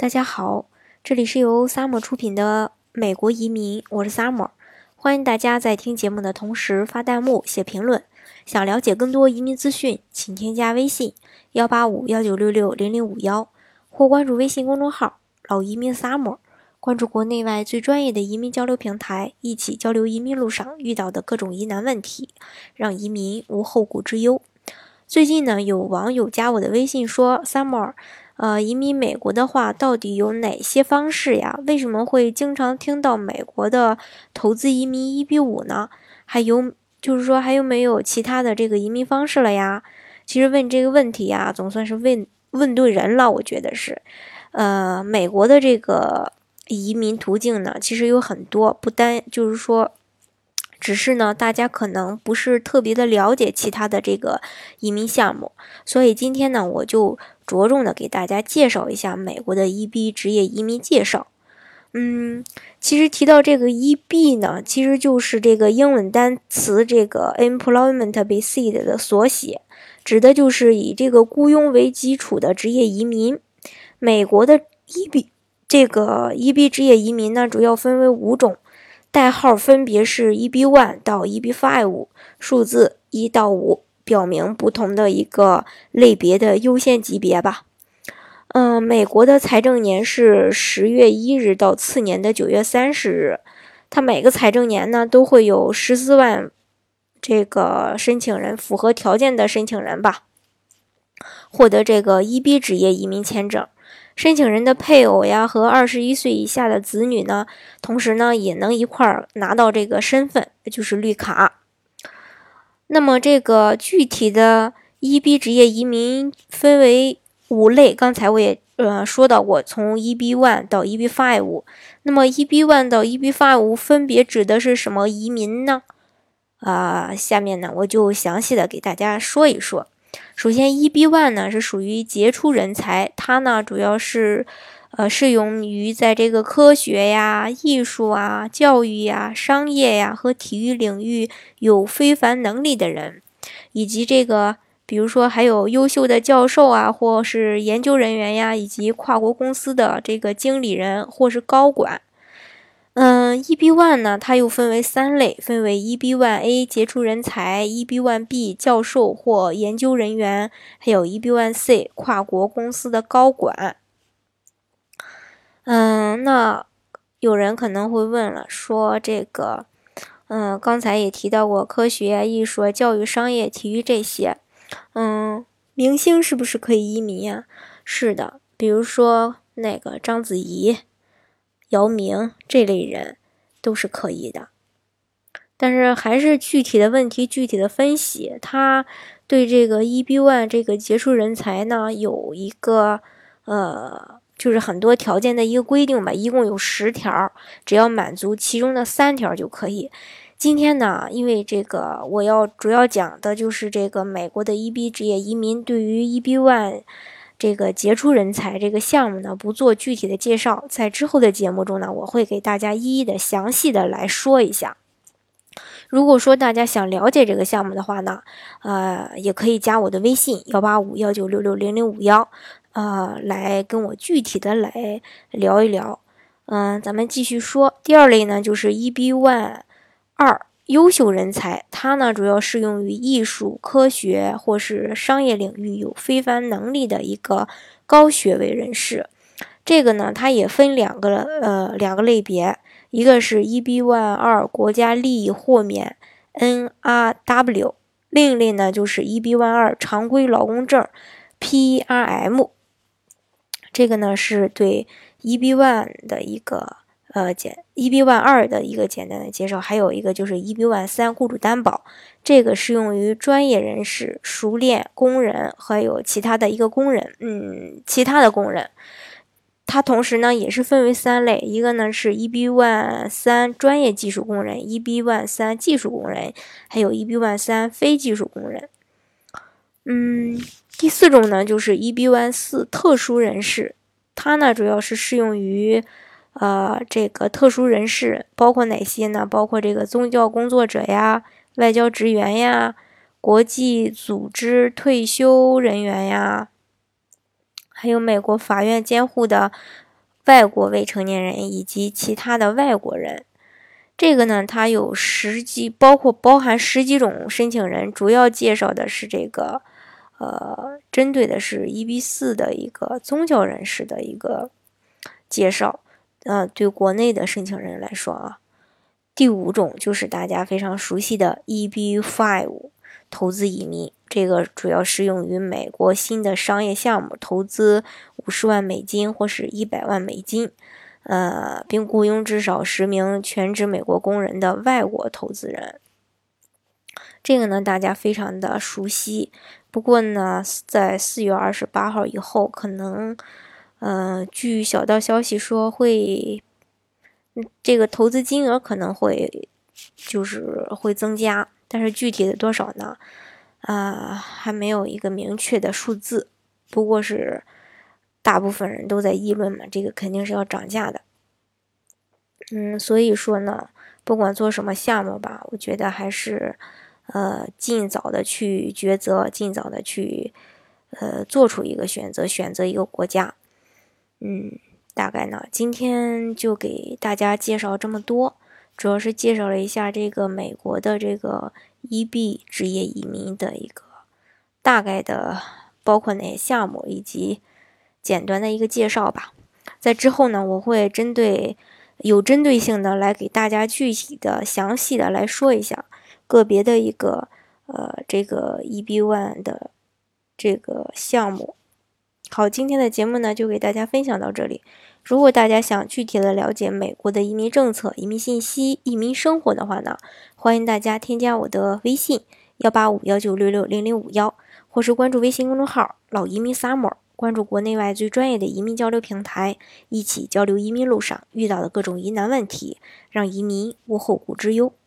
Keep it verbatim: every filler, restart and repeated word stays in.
大家好，这里是由 Summer 出品的美国移民，我是 Summer， 欢迎大家在听节目的同时发弹幕、写评论。想了解更多移民资讯，请添加微信幺八五幺九六六零零五幺，或关注微信公众号老移民 Summer， 关注国内外最专业的移民交流平台，一起交流移民路上遇到的各种疑难问题，让移民无后顾之忧。最近呢，有网友加我的微信说 Summer，呃，移民美国的话，到底有哪些方式呀？为什么会经常听到美国的投资移民一比五呢？还有就是说，还有没有其他的这个移民方式了呀？其实问这个问题呀，总算是问问对人了，我觉得是。呃，美国的这个移民途径呢，其实有很多，不单就是说。只是呢，大家可能不是特别的了解其他的这个移民项目，所以今天呢，我就着重的给大家介绍一下美国的 E B 职业移民介绍。嗯，其实提到这个 E B 呢，其实就是这个英文单词这个 Employment Basic 的缩写，指的就是以这个雇佣为基础的职业移民。美国的 E B 这个 E B 职业移民呢，主要分为五种。代号分别是 E B 一 到 E B 五， 数字一到五，表明不同的一个类别的优先级别吧。嗯、呃，美国的财政年是十月一日到次年的九月三十日，它每个财政年呢都会有十四万这个申请人，符合条件的申请人吧，获得这个 E B 职业移民签证。申请人的配偶呀和二十一岁以下的子女呢，同时呢也能一块儿拿到这个身份，就是绿卡。那么这个具体的 E B 职业移民分为五类，刚才我也呃说到过，从 E B 一 到 E B 五。那么 E B 一 到 E B 五分别指的是什么移民呢？啊、呃，下面呢我就详细的给大家说一说。首先 E B 一 呢是属于杰出人才，它呢主要是呃适用于在这个科学呀、艺术啊、教育呀、商业呀和体育领域有非凡能力的人，以及这个比如说还有优秀的教授啊，或是研究人员呀，以及跨国公司的这个经理人或是高管。嗯 ，E B 一 呢，它又分为三类，分为 E B 一 A 杰出人才 ，E B 一 B 教授或研究人员，还有 E B 一 C 跨国公司的高管。嗯，那有人可能会问了，说这个，嗯，刚才也提到过科学、艺术、教育、商业、体育这些，嗯，明星是不是可以移民呀？是的，比如说那个章子怡。姚明这类人都是可以的，但是还是具体的问题具体的分析。他对这个 E B 一 这个杰出人才呢有一个呃就是很多条件的一个规定吧，一共有十条，只要满足其中的三条就可以。今天呢，因为这个我要主要讲的就是这个美国的 E B 职业移民对于 E B 一这个杰出人才这个项目呢，不做具体的介绍，在之后的节目中呢，我会给大家一一的详细的来说一下。如果说大家想了解这个项目的话呢，呃，也可以加我的微信幺八五幺九六六零零五幺，呃，来跟我具体的来聊一聊。嗯、呃，咱们继续说，第二类呢，就是 E B 一 二。优秀人才，它呢主要适用于艺术、科学或是商业领域有非凡能力的一个高学位人士。这个呢，它也分两个呃两个类别，一个是 E B 一 二国家利益豁免 N R W， 另一类呢就是 E B 一 二常规劳工证 P R M。这个呢是对 E B 一 的一个。呃，简 E B 一 二的一个简单的介绍，还有一个就是 E B 一 三雇主担保，这个适用于专业人士、熟练工人，还有其他的一个工人，嗯，其他的工人。它同时呢也是分为三类，一个呢是 E B 一 三专业技术工人 ，E B 一 三技术工人，还有 E B 一 三非技术工人。嗯，第四种呢就是 E B 一 四特殊人士，它呢主要是适用于。呃，这个特殊人士包括哪些呢？包括这个宗教工作者呀、外交职员呀、国际组织退休人员呀，还有美国法院监护的外国未成年人以及其他的外国人。这个呢，它有十几，包括包含十几种申请人，主要介绍的是这个，呃，针对的是 E B 四 的一个宗教人士的一个介绍。呃，对国内的申请人来说啊，第五种就是大家非常熟悉的 E B 五 投资移民，这个主要适用于美国新的商业项目，投资五十万美金或是一百万美金。呃，并雇佣至少十名全职美国工人的外国投资人。这个呢，大家非常的熟悉。不过呢，在四月二十八号以后，可能，呃，据小道消息说会，这个投资金额可能会就是会增加，但是具体的多少呢？啊、呃，还没有一个明确的数字。不过是。大部分人都在议论嘛，这个肯定是要涨价的。嗯，所以说呢，不管做什么项目吧，我觉得还是呃尽早的去抉择，尽早的去呃做出一个选择，选择一个国家。嗯，大概呢，今天就给大家介绍这么多，主要是介绍了一下这个美国的这个 E B 职业移民的一个大概的包括哪些项目以及。简单的一个介绍吧，在之后呢，我会针对有针对性的来给大家具体的、详细的来说一下个别的一个呃这个 E B 一 的这个项目。好，今天的节目呢就给大家分享到这里。如果大家想具体的了解美国的移民政策、移民信息、移民生活的话呢，欢迎大家添加我的微信幺八五幺九六六零零五幺，或是关注微信公众号老移民 Summer。关注国内外最专业的移民交流平台，一起交流移民路上遇到的各种疑难问题，让移民无后顾之忧。